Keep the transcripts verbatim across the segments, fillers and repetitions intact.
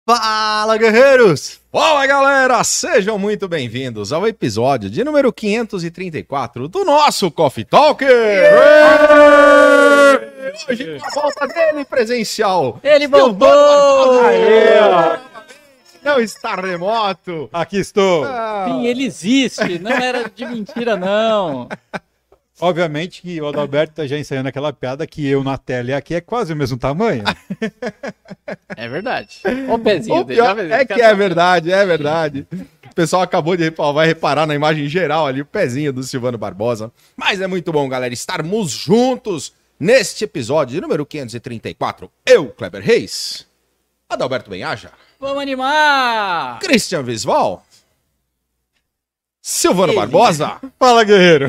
Fala, guerreiros! Fala, galera! Sejam muito bem-vindos ao episódio de número quinhentos e trinta e quatro do nosso Coffee Talk! Hoje, com a volta dele presencial. Ele voltou! Aê! Não está remoto. Aqui estou. Ah. Sim, ele existe, não era de mentira, não. Obviamente que o Adalberto tá já ensaiando aquela piada que eu na tela e aqui é quase o mesmo tamanho. É verdade. O pezinho O dele. pior já- é que é verdade, é verdade. O pessoal acabou de reparar, vai reparar na imagem geral ali, o pezinho do Silvano Barbosa. Mas é muito bom, galera, estarmos juntos neste episódio de número quinhentos e trinta e quatro. Eu, Kleber Reis, Adalberto Benhaja, Vamos animar! Christian Visval, Silvano Ele. Barbosa Fala, guerreiro.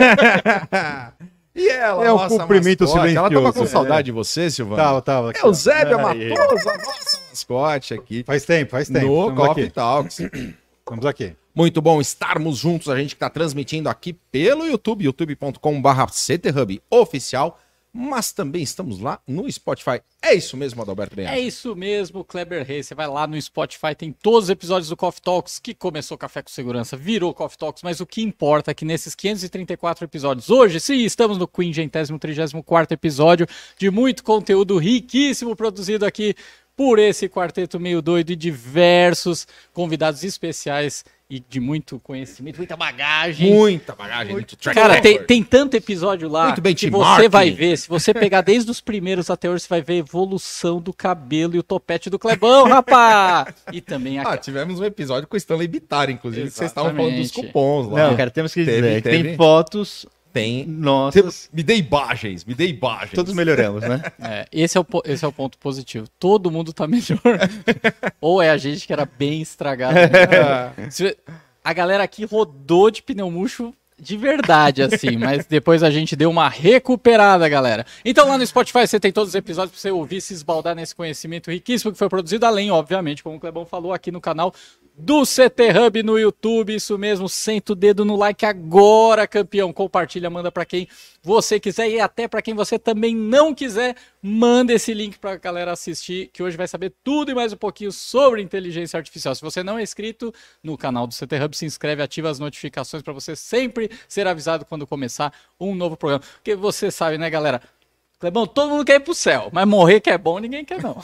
e ela, É o nossa cumprimento mascote. Ela tava com silencioso. saudade É. de você, Silvano. Tava, tava. Aqui, Eusébia ó. Aí. Matosa, nossa mascote aqui Faz tempo, faz tempo. no Estamos Coffee aqui. Talks. Estamos aqui. Muito bom estarmos juntos, a gente que está transmitindo aqui pelo YouTube, youtube ponto com barra C T Hub oficial, mas também estamos lá no Spotify. É isso mesmo, Adalberto Benhaja? É isso mesmo, Kleber Reis. Você vai lá no Spotify, tem todos os episódios do Coffee Talks, que começou Café com Segurança, virou Coffee Talks, mas o que importa é que nesses quinhentos e trinta e quatro episódios, hoje, sim, estamos no quinquagésimo trigésimo quarto episódio de muito conteúdo riquíssimo produzido aqui por esse quarteto meio doido e diversos convidados especiais e de muito conhecimento, muita bagagem. Muita bagagem, muito track Cara, tem, record. tem tanto episódio lá Muito que você benchmarking. vai ver, se você pegar desde os primeiros até hoje, você vai ver a evolução do cabelo e o topete do Clebão, rapá! E também a... Ah, tivemos um episódio com o Stanley Bittar, inclusive, que vocês estavam falando dos Exatamente. cupons lá. Não, cara, temos que Teve, dizer que teve. tem fotos Tem. nossas, Me dê imagens, me dê imagens. todos melhoramos, né? É, esse, é o, po- esse é o ponto positivo. Todo mundo tá melhor. Ou é a gente que era bem estragado. Ah, Se- A galera aqui rodou de pneu murcho de verdade, assim, mas depois a gente deu uma recuperada, galera. Então lá no Spotify você tem todos os episódios pra você ouvir, se esbaldar nesse conhecimento riquíssimo que foi produzido, além, obviamente, como o Clebão falou, aqui no canal do C T Hub no YouTube, isso mesmo, senta o dedo no like agora, campeão, compartilha, manda pra quem você quiser e até pra quem você também não quiser, manda esse link pra galera assistir, que hoje vai saber tudo e mais um pouquinho sobre inteligência artificial. Se você não é inscrito no canal do C T Hub, se inscreve, ativa as notificações pra você sempre ser avisado quando começar um novo programa. Porque você sabe, né, galera? Clebão, todo mundo quer ir pro céu, mas morrer que é bom, ninguém quer não.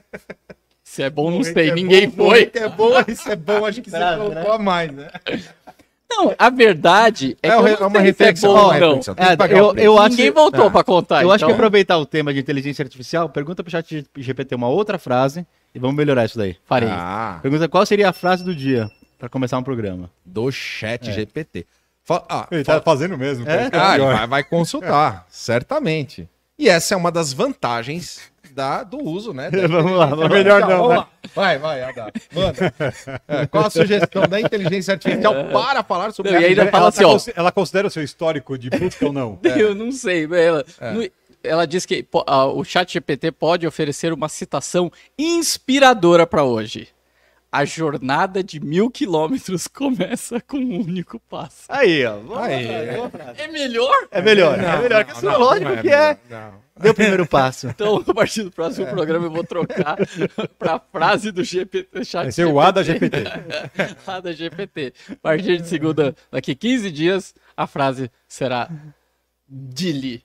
Se é bom, não morrer sei, que é ninguém bom, foi. morrer que é bom, isso é bom, acho que você Bravo, colocou a mais, né? Não, a verdade é, É que eu uma- não é uma sei se reflexão, é bom uma ou não. reflexão. Tem que É, pagar eu- o preço. eu acho- Ninguém voltou Ah, pra contar. Eu acho que então- aproveitar o tema de inteligência artificial, pergunta pro chat G P T uma outra frase e vamos melhorar isso daí. Farei. Ah, Pergunta qual seria a frase do dia pra começar um programa. do chat G P T. Fa- ah, Ele fa- tá fazendo mesmo. É? cara. Ah, ele Pior. vai, vai consultar, certamente. E essa é uma das vantagens da, do uso, né? da Vamos lá, inteligência vamos É melhor artificial. não, Vamos né? lá. Vai, vai, Adá. Manda. É, qual a sugestão da inteligência artificial para falar sobre Não, e ainda a fala Ela, assim, ó. cons- ela considera o seu histórico de busca ou não? Eu não sei. Ela, no- ela diz que po- ah, o chat G P T pode oferecer uma citação inspiradora para hoje. A jornada de mil quilômetros começa com um único passo. Aí, ó. Vamos Aí, lá, é. boa frase. É melhor? É melhor, Não, é melhor que não, isso. não, Lógico não que é. Não. Deu o primeiro passo. Então, a partir do próximo programa, eu vou trocar para a frase do G P T. Chat Vai ser o A da G P T. A da G P T. A partir de segunda, daqui quinze dias, a frase será Dili.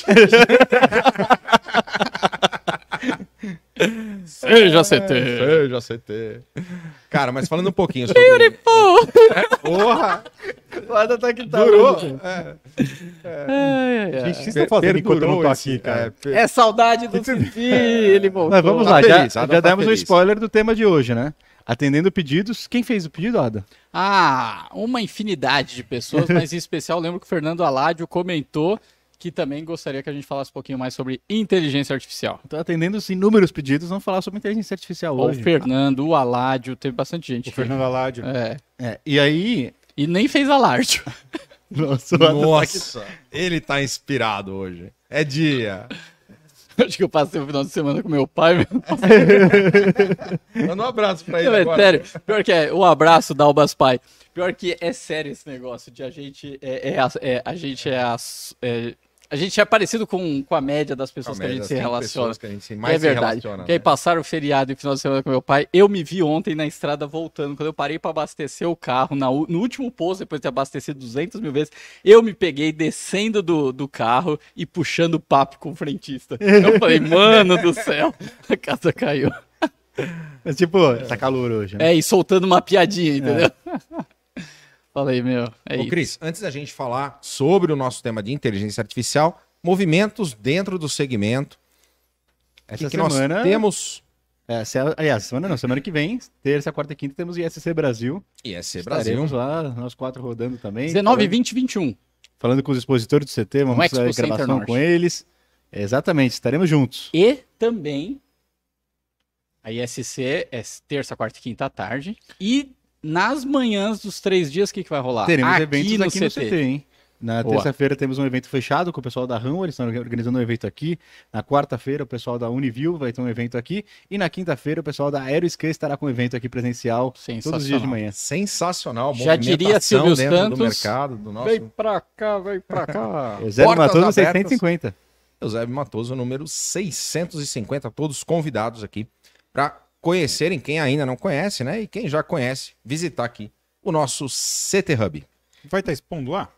Seja C T. Seja C T. Cara, mas falando um pouquinho sobre... Porra! O Ada tá aqui, tá. Durou! Ai, Gente, ai, ai. o que vocês estão fazendo enquanto eu não tô Perdurou aqui, esse- cara? é, per- É saudade do Fifi, ele voltou. Mas vamos Tá lá, feliz, já, Ada já tá demos o feliz. spoiler do tema de hoje, né? Atendendo pedidos. Quem fez o pedido, Ada? Ah, uma infinidade de pessoas, mas em especial eu lembro que o Fernando Aládio comentou que também gostaria que a gente falasse um pouquinho mais sobre inteligência artificial. Tô atendendo os inúmeros pedidos, vamos falar sobre inteligência artificial O hoje. Fernando, o Aládio, teve bastante gente. O Fernando Aládio. É. É, e aí... E nem fez aládio. Nossa, o Ada tá aqui. Nossa, ele tá inspirado hoje. É dia. Acho que eu passei o final de semana com meu pai. Manda um abraço pra ele Não, é agora. sério. Pior que é, o abraço da Albas Pai. Pior que é sério esse negócio de a gente é, é, a- é- a gente é, a- é A gente é parecido com, com a média das pessoas Com que a média, gente se cem relaciona. pessoas que a gente se- mais É se verdade. relaciona, Porque aí né? passaram o feriado e final de semana com meu pai. Eu me vi ontem na estrada voltando. Quando eu parei pra abastecer o carro, na u- no último posto, depois de ter abastecido duzentas mil vezes, eu me peguei descendo do, do carro e puxando papo com o frentista. Eu falei, mano do céu, a casa caiu. Mas, tipo, tá calor hoje, né? É, e soltando uma piadinha, entendeu? Falei, meu, é Ô, isso. Cris, antes da gente falar sobre o nosso tema de inteligência artificial, movimentos dentro do segmento. O Essa que, que nós semana... temos? É, se- aliás, semana não, semana que vem, terça, quarta e quinta, temos I S C Brasil. I S C Brasil. Estaremos lá, nós quatro rodando também. dezenove, falando, vinte e vinte e um. falando com os expositores do C T, vamos Expo fazer Center gravação Norte. com eles. Exatamente, estaremos juntos. E também a I S C é terça, quarta e quinta à tarde. E nas manhãs dos três dias, o que, que vai rolar? Teremos aqui eventos no aqui no C T, hein? Na Boa. terça-feira temos um evento fechado com o pessoal da Ramo, eles estão organizando um evento aqui. Na quarta-feira o pessoal da Uniview vai ter um evento aqui. E na quinta-feira o pessoal da Aerosky estará com um evento aqui presencial todos os dias de manhã. Sensacional. Já diria movimentação Silvio dentro Santos, do mercado, do nosso... Vem pra cá, vem pra cá. Eusébio Portas Matoso abertas. seiscentos e cinquenta. Eusébio Matoso, número seiscentos e cinquenta, todos convidados aqui para conhecerem quem ainda não conhece, né? E quem já conhece, visitar aqui o nosso C T Hub. Vai estar expondo lá?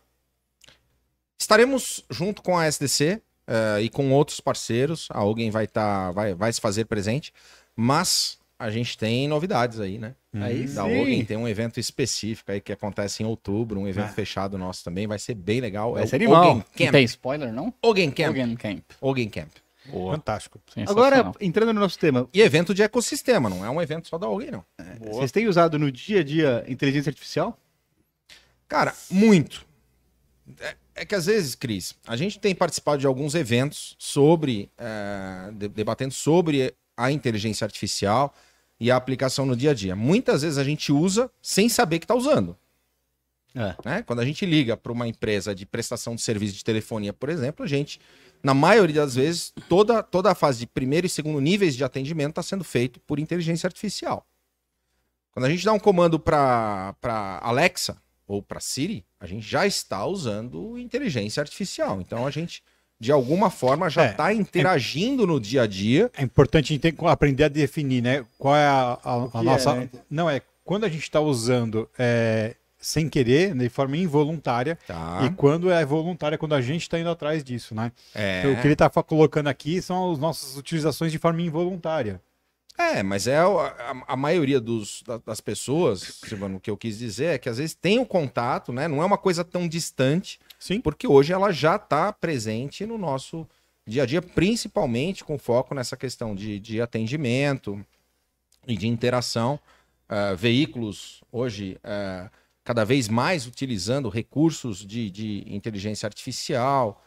Estaremos junto com a S D C eh, e com outros parceiros. A Alguém vai, tá, vai, vai se fazer presente, mas a gente tem novidades aí, né? Aí Da sim. Alguém tem um evento específico aí que acontece em outubro, um evento Ah. fechado nosso também, vai ser bem legal. Vai é ser o animal. Alguém Não Camp. tem spoiler, não? Alguém Camp. Hogan Camp. Alguém Camp. Boa. Fantástico. Agora, Sensacional. entrando no nosso tema, E evento de ecossistema, não é um evento só da Alguém, não. vocês têm usado no dia a dia inteligência artificial? Cara, muito. É, é que às vezes, Cris, a gente tem participado de alguns eventos sobre, é, de- debatendo sobre a inteligência artificial e a aplicação no dia a dia. Muitas vezes a gente usa sem saber que está usando. É. Né? Quando a gente liga para uma empresa de prestação de serviço de telefonia, por exemplo, a gente, na maioria das vezes, toda, toda a fase de primeiro e segundo níveis de atendimento está sendo feito por inteligência artificial. Quando a gente dá um comando para Alexa ou para Siri, a gente já está usando inteligência artificial. Então a gente, de alguma forma, já É, está interagindo no dia a dia. É importante a gente ter que aprender a definir, né? Qual é a, a- que a é, nossa. né? Não, é quando a gente está usando é, sem querer, de forma involuntária, Tá? e quando é voluntária, quando a gente está indo atrás disso, né? É. Então, o que ele está colocando aqui são as nossas utilizações de forma involuntária. É, mas é o- a, a maioria dos, da- das pessoas, Silvano, o que eu quis dizer é que às vezes tem o contato, né? Não é uma coisa tão distante, Sim. porque hoje ela já está presente no nosso dia a dia, principalmente com foco nessa questão de, de atendimento e de interação. Ah, veículos hoje ah, cada vez mais utilizando recursos de, de inteligência artificial.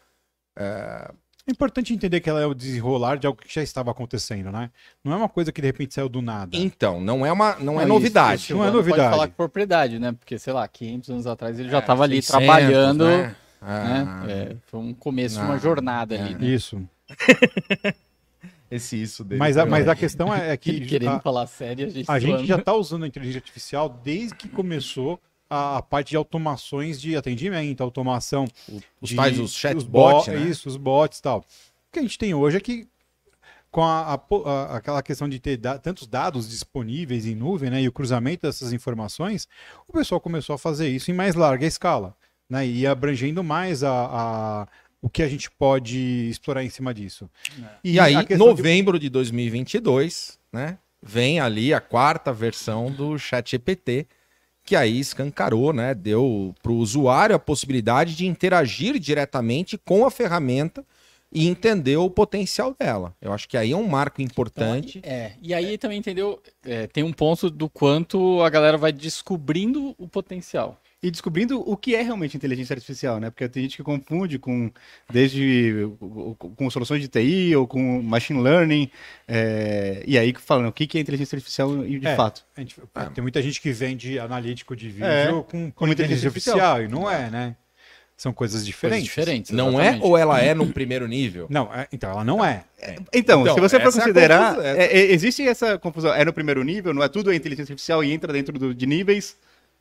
É importante entender que ela é o desenrolar de algo que já estava acontecendo, né? Não é uma coisa que de repente saiu do nada. Então, não é uma não é Não, novidade. isso, não é Silvano novidade. Pode falar com propriedade, né? Porque, sei lá, quinhentos anos atrás ele já É, estava ali seiscentos, trabalhando, né? né? Ah, É, foi um começo de uma Ah, jornada é. ali, né? Isso. Esse isso dele. Mas a, mas a questão é, é Ele que querendo a, falar sério, a gente, a gente zoando. já está usando a inteligência artificial desde que começou a, a parte de automações de atendimento, automação. Os de- tais, os os chatbots, bo- né? Isso, os bots e tal. O que a gente tem hoje é que, com a, a po- a- aquela questão de ter da- tantos dados disponíveis em nuvem, né, e o cruzamento dessas informações, o pessoal começou a fazer isso em mais larga escala, né, e abrangendo mais a, a- o que a gente pode explorar em cima disso. E aí, a questão de- novembro de dois mil e vinte e dois, né? Vem ali a quarta versão do ChatGPT, que aí escancarou, né? Deu para o usuário a possibilidade de interagir diretamente com a ferramenta e entender o potencial dela. Eu acho que aí é um marco importante. É, e aí também entendeu, é, tem um ponto do quanto a galera vai descobrindo o potencial. E descobrindo o que é realmente inteligência artificial, né? Porque tem gente que confunde com desde com soluções de T I ou com machine learning, é, e aí falando o que que é inteligência artificial de É, fato. a gente- tem muita gente que vende analítico de vídeo É, com, com como inteligência inteligência artificial, e não é, né? São coisas Coisas diferentes. diferentes. Não é exatamente. ou ela é no primeiro nível? Não, é- então ela não é. Então, Então, se você for essa é a considerar, confusão, é, é, existe essa confusão. É no primeiro nível, não é tudo é inteligência artificial e entra dentro do- de níveis.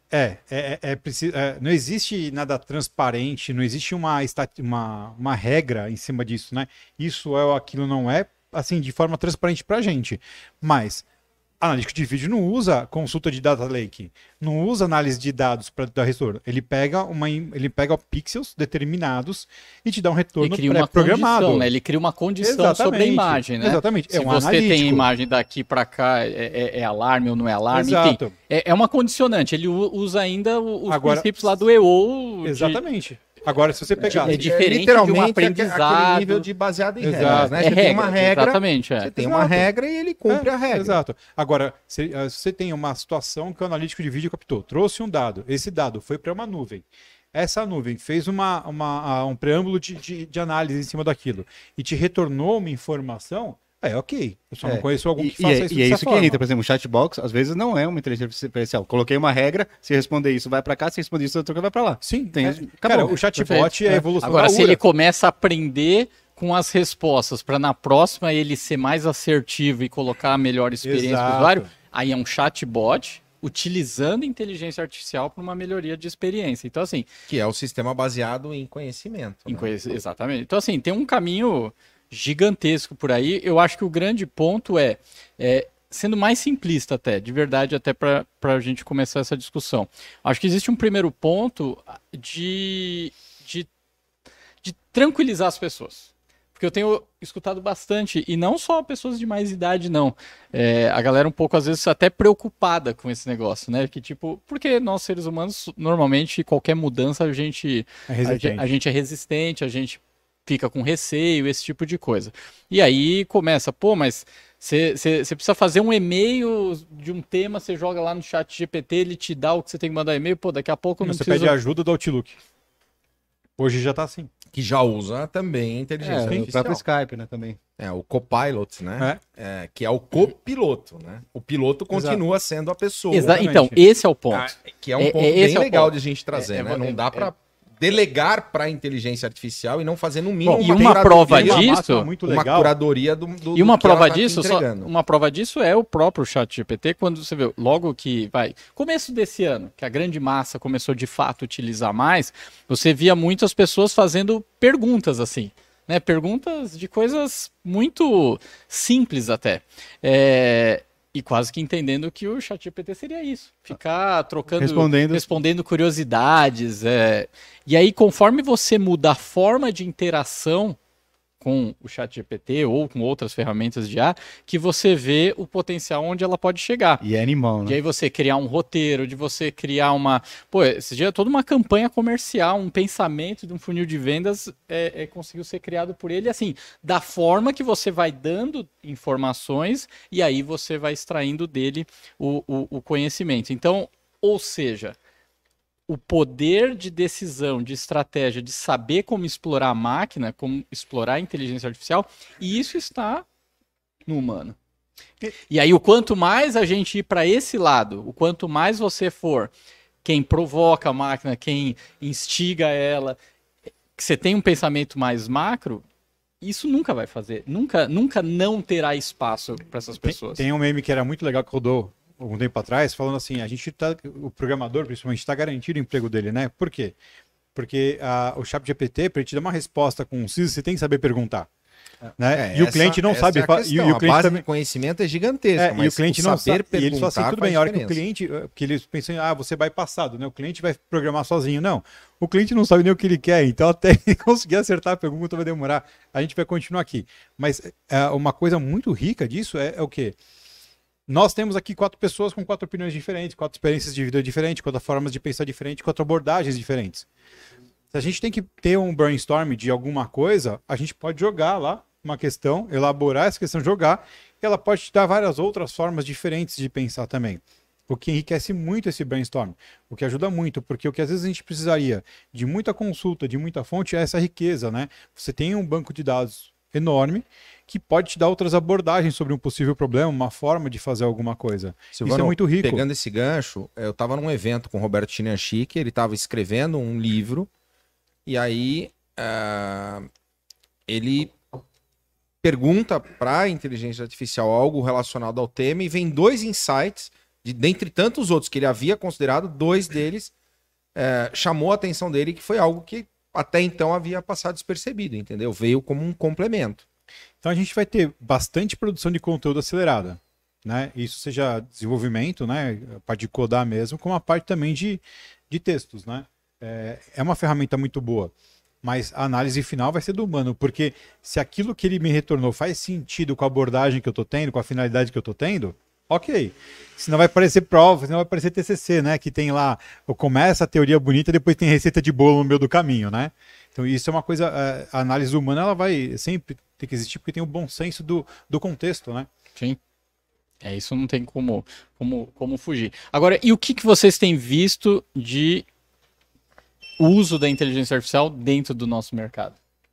É, é, é, preciso, é, não existe nada transparente, não existe uma, estat- uma, uma regra em cima disso, né? Isso é ou aquilo não é, assim, de forma transparente pra gente. Mas analítico de vídeo não usa consulta de data lake, não usa análise de dados para dar retorno. Ele pega uma, im- ele pega pixels determinados e te dá um Ele retorno cria uma pré-programado. condição, né? Ele cria uma condição sobre a imagem, né? Exatamente. Se é um você analítico. tem imagem daqui para cá, é, é- é alarme ou não é alarme, Exato. enfim. É, é uma condicionante. Ele u- usa ainda o- os Agora- princípios lá do E O. de- Exatamente. Agora, se você pegar... É diferente de um literalmente aque- aprendizado. aquele nível de baseado em Exato. regras, né? É Você tem uma regra, regra, exatamente, é. você tem uma Exato. regra e ele cumpre É, a regra. Exato. Agora, se eh, você tem uma situação que o analítico de vídeo captou, trouxe um dado, esse dado foi para uma nuvem. Essa nuvem fez uma, uma, ah, um preâmbulo de, de, de análise em cima daquilo e te retornou uma informação, é ok. Eu só É. não conheço algum E, que e faça é, isso e é dessa isso que forma. entra, por exemplo, o chatbox, às vezes não é uma inteligência artificial. Coloquei uma regra, se responder isso, vai para cá, se responder isso, outra coisa vai para lá. Sim, Tem- é, acabou. cara, o chatbot Perfeito. é a evolução Agora, da se U R A. ele começa a aprender com as respostas para na próxima ele ser mais assertivo e colocar a melhor experiência para o Exato. usuário, aí é um chatbot utilizando inteligência artificial para uma melhoria de experiência. Então, assim, Que é o sistema baseado em conhecimento. em né? coisa- exatamente. Então, assim, tem um caminho gigantesco por aí. Eu acho que o grande ponto é, é, sendo mais simplista até, de verdade, até para a gente começar essa discussão. Acho que existe um primeiro ponto de, de, de tranquilizar as pessoas. Porque eu tenho escutado bastante, e não só pessoas de mais idade, não. É, a galera um pouco, às vezes, até preocupada com esse negócio, né? Que tipo, porque nós seres humanos, normalmente, qualquer mudança, a gente É a, resistente. ge- a gente é resistente, a gente fica com receio, esse tipo de coisa. E aí começa, pô, mas você precisa fazer um e-mail de um tema, você joga lá no chat G P T, ele te dá o que você tem que mandar e-mail, pô, daqui a pouco eu não Você preciso... pede ajuda do Outlook. Hoje já tá assim. Que já usa também inteligência É, o artificial. próprio Skype, né, também. É, o copilot, né? É, que é o copiloto, né? O piloto continua sendo a pessoa. Exa- Exatamente. então, esse é o ponto. Ah, que é um É- ponto é- esse bem é o legal ponto. de a gente trazer, É, é, né? é, Não é, dá pra delegar pra inteligência artificial e não fazer no mínimo Bom, e uma curadoria- prova Tem uma disso- máxima muito uma legal. curadoria do, do E uma do que ela prova tá te disso, só, entregando. uma prova disso é o próprio chat G P T, quando você vê, logo que vai, começo desse ano, que a grande massa começou de fato a utilizar mais, você via muitas pessoas fazendo perguntas assim, né? Perguntas de coisas muito simples até. É, e quase que entendendo que o chat G P T seria isso, ficar trocando, Respondendo. respondendo curiosidades. É. E aí, conforme você muda a forma de interação com o chat G P T ou com outras ferramentas de I A, que você vê o potencial onde ela pode chegar. E é animal, E né? aí você criar um roteiro, de você criar uma... Pô, esse dia toda uma campanha comercial, um pensamento de um funil de vendas é, é, conseguiu ser criado por ele, assim, da forma que você vai dando informações e aí você vai extraindo dele o, o, o conhecimento. Então, ou seja, o poder de decisão, de estratégia, de saber como explorar a máquina, como explorar a inteligência artificial, e isso está no humano. E aí, o quanto mais a gente ir para esse lado, o quanto mais você for quem provoca a máquina, quem instiga ela, que você tem um pensamento mais macro, isso nunca vai fazer. Nunca, nunca não terá espaço para essas Tem, pessoas. tem um meme que era muito legal que rodou algum tempo atrás, falando assim, a gente tá, o programador principalmente está garantindo o emprego dele, né? Por quê? Porque a, o chat G P T, para ele te dar uma resposta concisa, você tem que saber perguntar. Né? É, e o essa- cliente não essa sabe. é a fa- questão. e, e o a cliente base também. de conhecimento é gigantesca, É, mas e o cliente o não saber sabe. E eles falam assim, perguntar tudo faz bem, a hora que o diferença. cliente. Porque eles pensam, ah, você vai passado, né? O cliente vai programar sozinho. Não. O cliente não sabe nem o que ele quer, então até ele conseguir acertar a pergunta vai demorar. A gente vai continuar aqui. Mas é, uma coisa muito rica disso é, é o quê? Nós temos aqui quatro pessoas com quatro opiniões diferentes, quatro experiências de vida diferentes, quatro formas de pensar diferentes, quatro abordagens diferentes. Se a gente tem que ter um brainstorm de alguma coisa, a gente pode jogar lá uma questão, elaborar essa questão, jogar, e ela pode te dar várias outras formas diferentes de pensar também. O que enriquece muito esse brainstorm, o que ajuda muito, porque o que às vezes a gente precisaria de muita consulta, de muita fonte, é essa riqueza, né? Você tem um banco de dados enorme que pode te dar outras abordagens sobre um possível problema, uma forma de fazer alguma coisa. Silvano, Isso é muito rico. Pegando esse gancho, eu estava num evento com o Roberto Chinianchique, ele estava escrevendo um livro, e aí ah, ele pergunta para a inteligência artificial algo relacionado ao tema e vem dois insights De, dentre tantos outros que ele havia considerado, dois deles é, chamou a atenção dele, que foi algo que até então havia passado despercebido, entendeu? Veio como um complemento. Então a gente vai ter bastante produção de conteúdo acelerada, né? Isso seja desenvolvimento, né? A parte de codar mesmo, como a parte também de, de textos, né? É, é uma ferramenta muito boa, mas a análise final vai ser do humano, porque se aquilo que ele me retornou faz sentido com a abordagem que eu tô tendo, com a finalidade que eu tô tendo, ok. Senão vai parecer prova, senão vai parecer T C C, né? Que tem lá, começa a teoria bonita, depois tem receita de bolo no meio do caminho, né? Então isso é uma coisa, a análise humana ela vai sempre ter que existir porque tem o bom senso do, do contexto, né? Sim. É, isso não tem como, como, como fugir. Agora, e o que, que vocês têm visto de uso da inteligência artificial dentro do nosso mercado?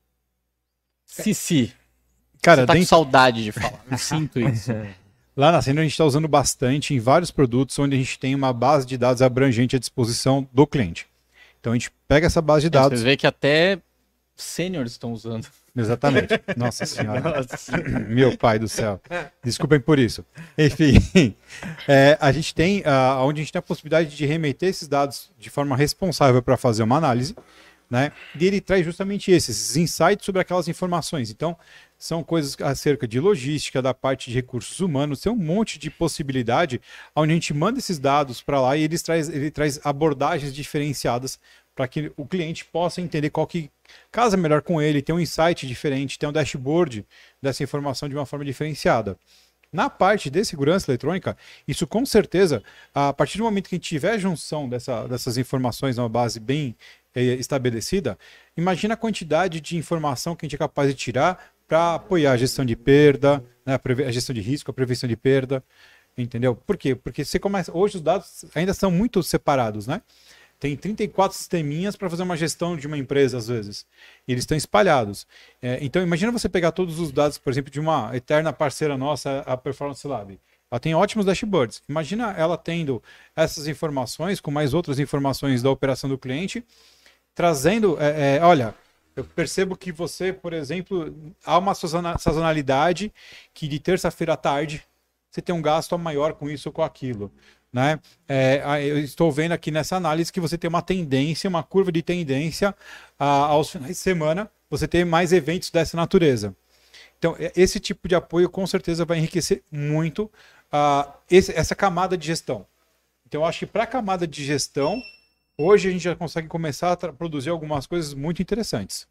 Cici, Cara, você tá dentro... com saudade de falar, eu sinto isso. Lá na Sendra a gente está usando bastante em vários produtos onde a gente tem uma base de dados abrangente à disposição do cliente. Então a gente pega essa base de dados. Você vê que até sêniores estão usando. Exatamente. Nossa senhora. Nossa. Meu pai do céu. Desculpem por isso. Enfim, é, a gente tem, uh, onde a gente tem a possibilidade de remeter esses dados de forma responsável para fazer uma análise, né? E ele traz justamente esses, esses insights sobre aquelas informações. Então, são coisas acerca de logística, da parte de recursos humanos, tem um monte de possibilidade onde a gente manda esses dados para lá e eles traz, ele traz abordagens diferenciadas para que o cliente possa entender qual que casa melhor com ele, ter um insight diferente, ter um dashboard dessa informação de uma forma diferenciada. Na parte de segurança eletrônica, isso com certeza, a partir do momento que a gente tiver a junção dessa, dessas informações numa base bem eh, estabelecida, imagina a quantidade de informação que a gente é capaz de tirar para apoiar a gestão de perda, né, a gestão de risco, a prevenção de perda, entendeu? Por quê? Porque você começa, hoje os dados ainda são muito separados, né? Tem trinta e quatro sisteminhas para fazer uma gestão de uma empresa, às vezes. E eles estão espalhados. É, então, imagina você pegar todos os dados, por exemplo, de uma eterna parceira nossa, a Performance Lab. Ela tem ótimos dashboards. Imagina ela tendo essas informações, com mais outras informações da operação do cliente, trazendo, é, é, olha, eu percebo que você, por exemplo, há uma sazonalidade que de terça-feira à tarde você tem um gasto maior com isso ou com aquilo. Né? É, eu estou vendo aqui nessa análise que você tem uma tendência, uma curva de tendência a, aos finais de semana, você tem mais eventos dessa natureza. Então, esse tipo de apoio com certeza vai enriquecer muito uh, esse, essa camada de gestão. Então, eu acho que para a camada de gestão, hoje a gente já consegue começar a produzir algumas coisas muito interessantes.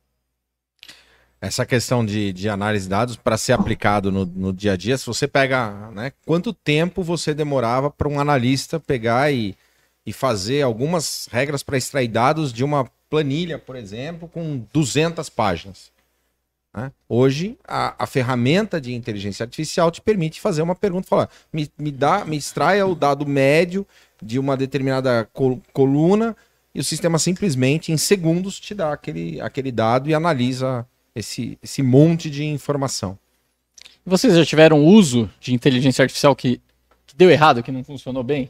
Essa questão de, de análise de dados para ser aplicado no, no dia a dia, se você pega, né, quanto tempo você demorava para um analista pegar e, e fazer algumas regras para extrair dados de uma planilha, por exemplo, com duzentas páginas. Né? Hoje, a, a ferramenta de inteligência artificial te permite fazer uma pergunta, falar, me, me, dá, me extraia o dado médio de uma determinada col coluna e o sistema simplesmente, em segundos, te dá aquele, aquele dado e analisa Esse, esse monte de informação. Vocês já tiveram uso de inteligência artificial que, que deu errado, que não funcionou bem?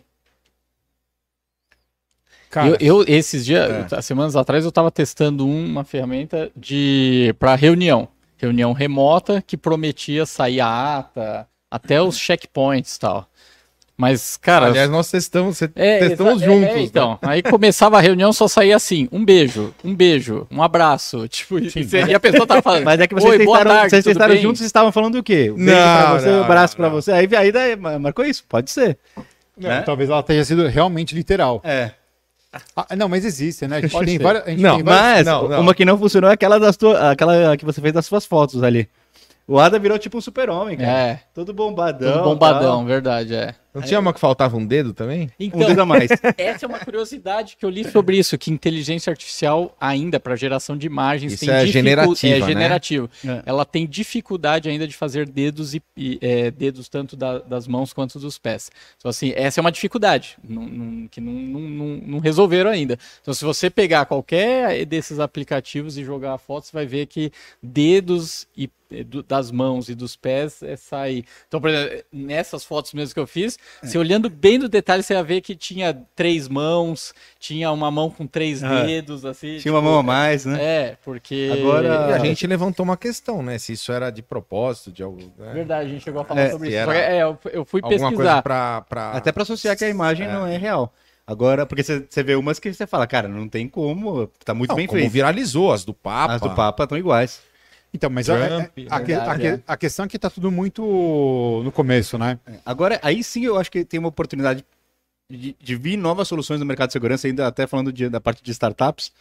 Cara, eu, eu, esses dias, é. semanas atrás, eu estava testando uma ferramenta de para reunião. Reunião remota que prometia sair a ata, até os checkpoints e tal. Mas, cara... Aliás, nós testamos, é, testamos juntos. É, então, né? Aí começava a reunião, só saía assim, um beijo, um beijo, um abraço. Tipo, e a pessoa tava falando, mas é que vocês oi, testaram, boa tarde, vocês testaram bem? juntos e estavam falando do quê? Um não, beijo pra você, não, um abraço não, pra você. Aí, aí daí, marcou isso, pode ser. Não, né? Talvez ela tenha sido realmente literal. É. Ah, não, mas existe, né? A gente Pode tem ser. várias... A gente Não, tem várias... mas não, não. uma que não funcionou é aquela, das tua, aquela que você fez das suas fotos ali. O Ada virou tipo um super-homem, cara. É. Todo bombadão. Tudo bombadão, tal. verdade, é. Não tinha uma que faltava um dedo também? Então, Um dedo a mais. essa é uma curiosidade que eu li sobre isso, que inteligência artificial ainda para geração de imagens Isso tem é dificu- generativa, é né? generativo. É. Ela tem dificuldade ainda de fazer dedos e, e, é, dedos tanto da- das mãos quanto dos pés. Então assim, essa é uma dificuldade não, não- que não, não, não, não resolveram ainda. Então se você pegar qualquer desses aplicativos e jogar a foto, você vai ver que dedos e do- das mãos e dos pés é, sai. Então, por exemplo, nessas fotos mesmo que eu fiz, Você olhando bem no detalhe, você ia ver que tinha três mãos, tinha uma mão com três Ah, dedos, assim. Tinha uma mão a mais, né? É, porque... Agora- E a gente levantou uma questão, né? Se isso era de propósito, de algo. Né? Verdade, a gente chegou a falar É, sobre se isso. era Só que, é, eu, eu fui Alguma coisa pesquisar. pra. pra... Até pra associar que a imagem não é real. Agora, porque você você vê umas que você fala, cara, não tem como, tá muito Não, bem como feito. viralizou, as do Papa. As do Papa estão iguais. Então, mas a, Trump, a, a, que- a verdade, que- é. a questão é que tá tudo muito no começo, né? Agora, aí sim eu acho que tem uma oportunidade de, de vir novas soluções no mercado de segurança, ainda até falando de- da parte de startups,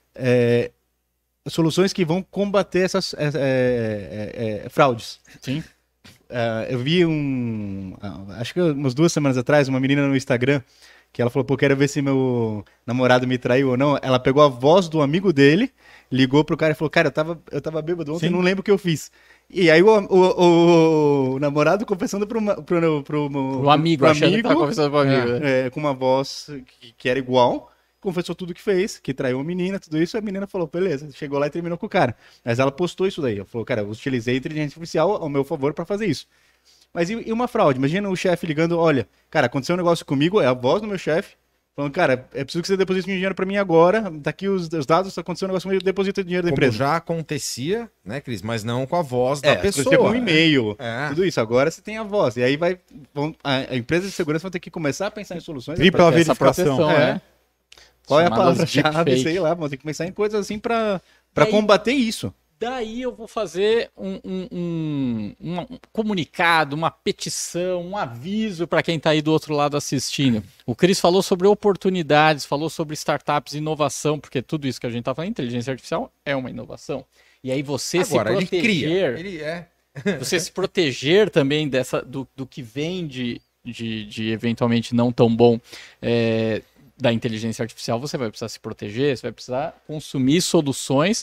é, soluções que vão combater essas é, é, é, fraudes. Sim. É, eu vi um, acho que umas duas semanas atrás, uma menina no Instagram, que ela falou, pô, quero ver se meu namorado me traiu ou não. Ela pegou a voz do amigo dele, ligou pro cara e falou, cara, eu tava, eu tava bêbado ontem, Sim. não lembro o que eu fiz. E aí o, o, o namorado confessando pro, ma- pro, pro, O amigo, pro achando que tá conversando com o amigo. né? é, com uma voz que, que era igual, confessou tudo que fez, que traiu a menina, tudo isso, a menina falou, beleza, chegou lá e terminou com o cara. Mas ela postou isso daí, ela falou, cara, eu utilizei a inteligência artificial ao meu favor pra fazer isso. Mas e, e uma fraude? Imagina o chefe ligando, olha, cara, aconteceu um negócio comigo, é a voz do meu chefe, falando, cara, é preciso que você deposite meu dinheiro pra mim agora, tá aqui os, os dados, aconteceu um negócio comigo, deposita o dinheiro da Como empresa. já acontecia, né, Cris? Mas não com a voz É, da as coisas pessoa. chegam um né? e-mail, É. tudo isso. Agora você tem a voz. E aí vai. Vão, a, a empresa de segurança vai ter que começar a pensar em soluções. Tripla pra- Essa verificação. proteção, É. né? Qual é a Chamadas palavra-chave? deepfake. Sei lá, vão ter que pensar em coisas assim pra, pra E aí- combater isso. Daí eu vou fazer um, um- um- um- um comunicado, uma petição, um aviso para quem está aí do outro lado assistindo. O Cris falou sobre oportunidades, falou sobre startups, inovação, porque tudo isso que a gente está falando, inteligência artificial é uma inovação. E aí você Agora, se ele cria. proteger, Ele é. você se proteger também dessa, do, do que vem de, de, de eventualmente não tão bom é, da inteligência artificial, você vai precisar se proteger, você vai precisar consumir soluções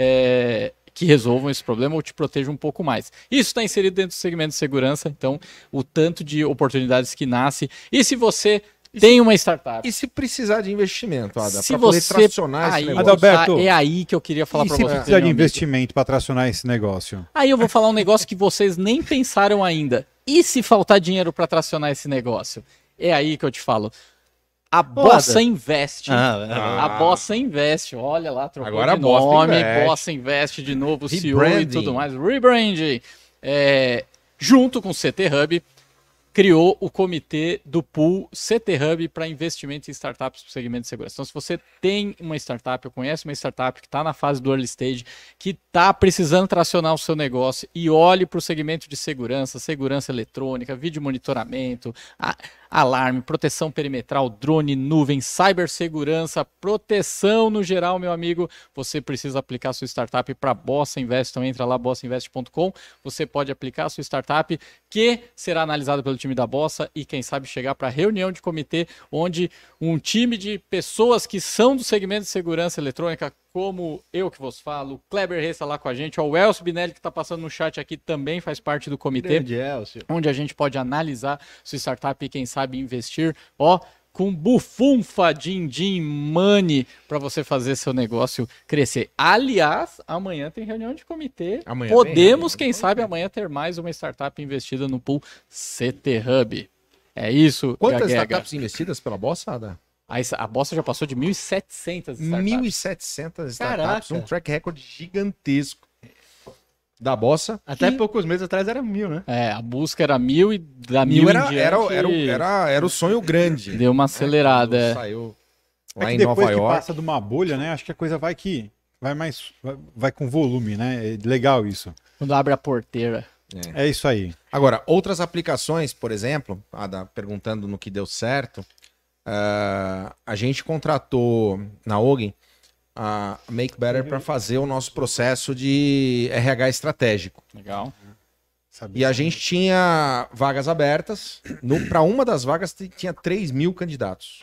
é, que resolvam esse problema ou te protejam um pouco mais. Isso está inserido dentro do segmento de segurança, então o tanto de oportunidades que nasce. E se você tem uma startup, E se precisar de investimento, Ada, se para poder você tracionar aí, esse negócio? Adalberto, é aí que eu queria falar E para se você. precisar de meu amigo. investimento para tracionar esse negócio? Aí eu vou falar um negócio que vocês nem pensaram ainda. E se faltar dinheiro para tracionar esse negócio? É aí que eu te falo. A Bossa Investe. Ah, A Bossa Investe. Olha lá, trocou Agora de a Bossa nome. Investe. Bossa Investe de novo, C E O e Rebranding. tudo mais. Rebranding. É, junto com o C T Hub, criou o comitê do pool C T Hub para investimento em startups para o segmento de segurança. Então, se você tem uma startup, ou conhece uma startup que está na fase do early stage, que está precisando tracionar o seu negócio e olhe para o segmento de segurança, segurança eletrônica, vídeo monitoramento, a- alarme, proteção perimetral, drone, nuvem, cibersegurança, proteção no geral, meu amigo, você precisa aplicar a sua startup para Bossa Invest. Então entra lá, bossa invest ponto com, você pode aplicar a sua startup, que será analisada pelo time da Bossa e quem sabe chegar para a reunião de comitê, onde um time de pessoas que são do segmento de segurança eletrônica, como eu que vos falo, o Kleber Reis está lá com a gente, ó, o Elcio Binelli que está passando no chat aqui também faz parte do comitê, grande Elcio. onde a gente pode analisar sua startup e quem sabe investir, ó, com bufunfa, din-din, money, para você fazer seu negócio crescer. Aliás, amanhã tem reunião de comitê. Amanhã tem reunião Podemos, de quem sabe, amanhã ter mais uma startup investida no pool C T Hub. É isso, Quantas Gaguega. startups investidas pela Bossa, Ada? Aí, a Bossa já passou de mil e setecentas startups. mil e setecentas startups, Caraca. um track record gigantesco da Bossa. Até que poucos meses atrás era mil, né? É, a busca era mil e da mil, mil em era, diante, era, era, o- era, era o sonho grande. deu uma acelerada. Quando é. Saiu É lá que em depois Nova que York. passa de uma bolha, né? Acho que a coisa vai que vai mais vai, vai com volume, né? É legal isso. Quando abre a porteira. É isso aí. Agora, outras aplicações, por exemplo, Ada, perguntando no que deu certo, ah, a gente contratou na Ogin a Make Better para fazer o nosso processo de R H estratégico. Legal. Sabia? E a gente tinha vagas abertas. Para uma das vagas t- tinha três mil candidatos.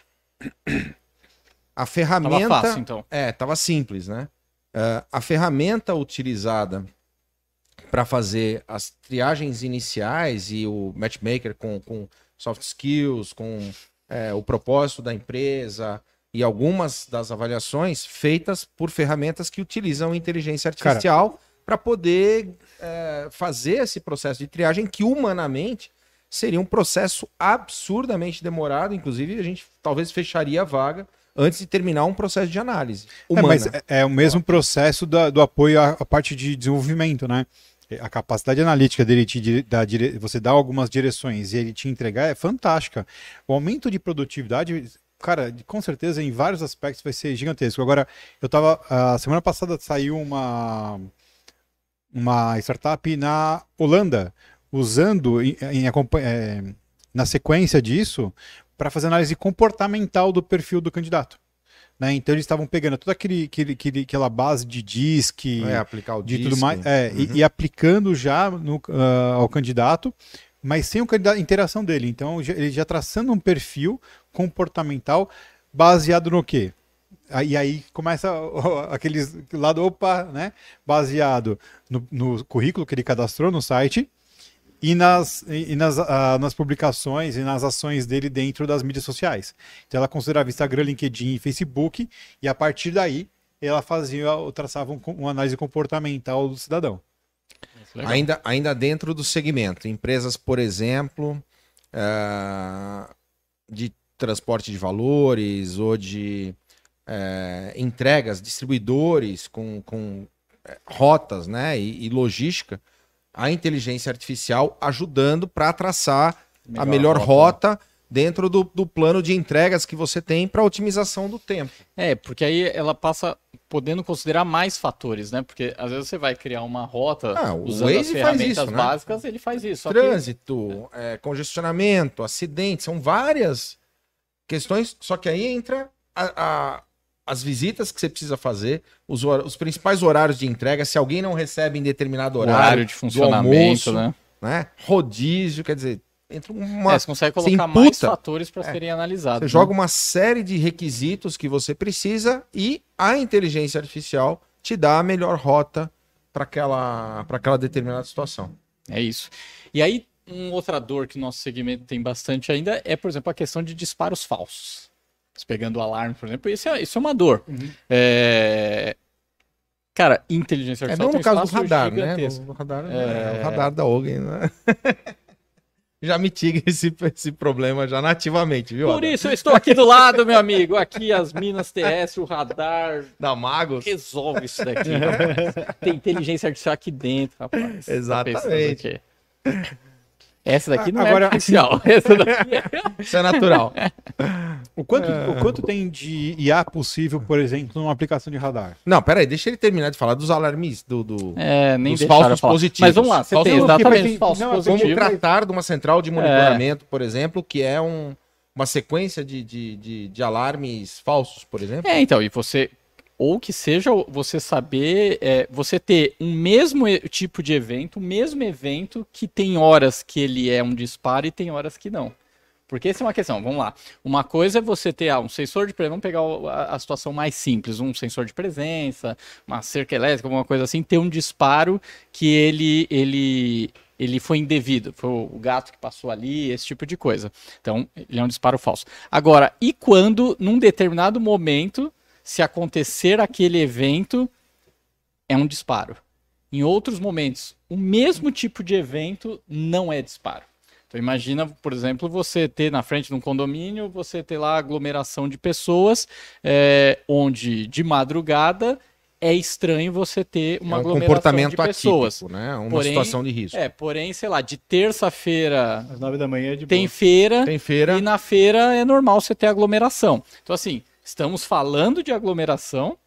A ferramenta. Tava fácil, então. É, tava simples, né? Ah, a ferramenta utilizada para fazer as triagens iniciais e o matchmaker com, com soft skills, com é, o propósito da empresa e algumas das avaliações feitas por ferramentas que utilizam inteligência artificial para poder é, fazer esse processo de triagem que humanamente seria um processo absurdamente demorado, inclusive a gente talvez fecharia a vaga antes de terminar um processo de análise É, humana. mas é, é o mesmo processo da- do apoio à, à parte de desenvolvimento, né? A capacidade analítica dele te dire- dar dire- você dá algumas direções e ele te entregar é fantástica. O aumento de produtividade, cara, com certeza em vários aspectos vai ser gigantesco. Agora, eu tava, a semana passada saiu uma uma startup na Holanda usando em, em acompa- é, na sequência disso para fazer análise comportamental do perfil do candidato. Né? Então eles estavam pegando toda aquele, aquele, aquele- aquela base de D I S C, É, aplicar o de disque. tudo mais, é, e- Uhum. e, aplicando já no, ah, ao candidato, mas sem o candidato, a interação dele. Então já- ele já traçando um perfil comportamental baseado no quê? Aí, e aí começa o- aqueles lado, opa, né? Baseado no, no currículo que ele cadastrou no site e nas, e e nas, ah, nas publicações e nas ações dele dentro das mídias sociais. Então ela considerava Instagram, LinkedIn e Facebook, e a partir daí ela fazia, traçava um, uma análise comportamental do cidadão. Legal. Ainda, ainda dentro do segmento, empresas, por exemplo, eh, de transporte de valores ou de eh, entregas, distribuidores com, com eh, rotas, né, e, e logística, a inteligência artificial ajudando para traçar a melhor rota, dentro do, do plano de entregas que você tem para otimização do tempo. É, porque aí ela passa podendo considerar mais fatores, né? Porque às vezes você vai criar uma rota Ah, o usando as Waze faz ferramentas isso, né? básicas, ele faz isso. Só que Trânsito, é, congestionamento, acidente, são várias questões, só que aí entra a- a- as visitas que você precisa fazer, os, hor- os principais horários de entrega, se alguém não recebe em determinado o horário, horário de funcionamento, almoço, né? né? Rodízio, quer dizer, entra uma, É, você consegue você colocar imputa, mais fatores para é, serem analisados. você né? joga uma série de requisitos que você precisa e a inteligência artificial te dá a melhor rota para aquela, para aquela determinada situação. É isso. E aí, um outra dor que o nosso segmento tem bastante ainda é, por exemplo, a questão de disparos falsos. Pegando o alarme, por exemplo, isso é, isso é uma dor. É... Cara, inteligência É artificial não no tem um caso do espaço radar, né? gigantesco. No radar, É. é... o radar da Ogen, né? Já mitiga esse, esse problema já nativamente, viu? Por Adão? isso eu estou aqui do lado, meu amigo. Aqui as minas T S, o radar, Da Magos. resolve isso daqui. rapaz. Tem inteligência artificial aqui dentro, rapaz. Tá Exatamente. pensando o quê? Essa daqui não Agora- é artificial. Essa daqui é... Isso é natural. O quanto, o quanto tem de I A possível, por exemplo, numa aplicação de radar? Não, peraí, deixa ele terminar de falar dos alarmes, do, do... É, nem Dos deixaram falsos falar. positivos. Mas vamos lá, você Falsos- tem Não, porque exatamente tem- os falsos não, positivos. Como tratar de uma central de monitoramento, por exemplo, que é um, uma sequência de, de, de, de alarmes falsos, por exemplo. É, então, e você, ou que seja você saber, é, você ter um mesmo e- tipo de evento, o mesmo evento que tem horas que ele é um disparo e tem horas que não. Porque essa é uma questão, vamos lá. Uma coisa é você ter ah, um sensor de presença, vamos pegar o- a, a situação mais simples, um sensor de presença, uma cerca elétrica, alguma coisa assim, ter um disparo que ele, ele, ele foi indevido, foi o gato que passou ali, esse tipo de coisa. Então, ele é um disparo falso. Agora, e quando, num determinado momento, se acontecer aquele evento, é um disparo. Em outros momentos, o mesmo tipo de evento não é disparo. Então imagina, por exemplo, você ter na frente de um condomínio, você ter lá aglomeração de pessoas, é, onde de madrugada é estranho você ter uma é um aglomeração comportamento de pessoas. atípico, né? Uma Porém, situação de risco. É, porém, sei lá, de terça-feira Às nove da manhã é de tem boa. feira, Tem feira. e na feira é normal você ter aglomeração. Então, assim, estamos falando de aglomeração,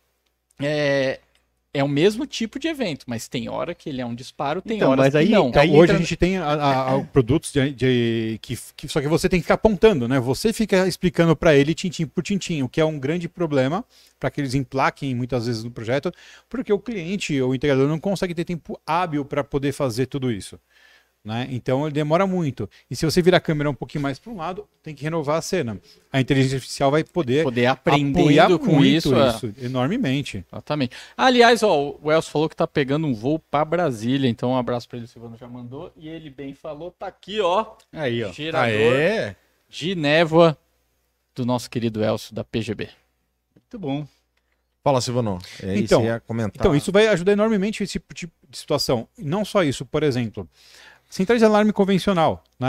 é, é o mesmo tipo de evento, mas tem hora que ele é um disparo, tem Então, horas mas que aí- não. Então, Aí hoje entra- a gente tem a- a- a- produtos de, de- que, que só que você tem que ficar apontando, né? Você fica explicando para ele tintim por tintim, o que é um grande problema para que eles emplaquem muitas vezes no projeto, porque o cliente ou o integrador não consegue ter tempo hábil para poder fazer tudo isso. Né? Então ele demora muito. E se você virar a câmera um pouquinho mais para um lado, tem que renovar a cena. A inteligência artificial vai poder, Poder apoiar aprendendo com muito isso. é. isso enormemente. Exatamente. Aliás, ó, o Elcio falou que tá pegando um voo para Brasília, então um abraço para ele, o Silvano já mandou. E ele bem falou, tá aqui, ó, Aí, ó. gerador é? de névoa do nosso querido Elcio da P G B. Muito bom. Fala, Silvano. É Então, isso, ia comentar. Então, isso vai ajudar enormemente esse tipo de situação. Não só isso, por exemplo, centrais de alarme convencional, né?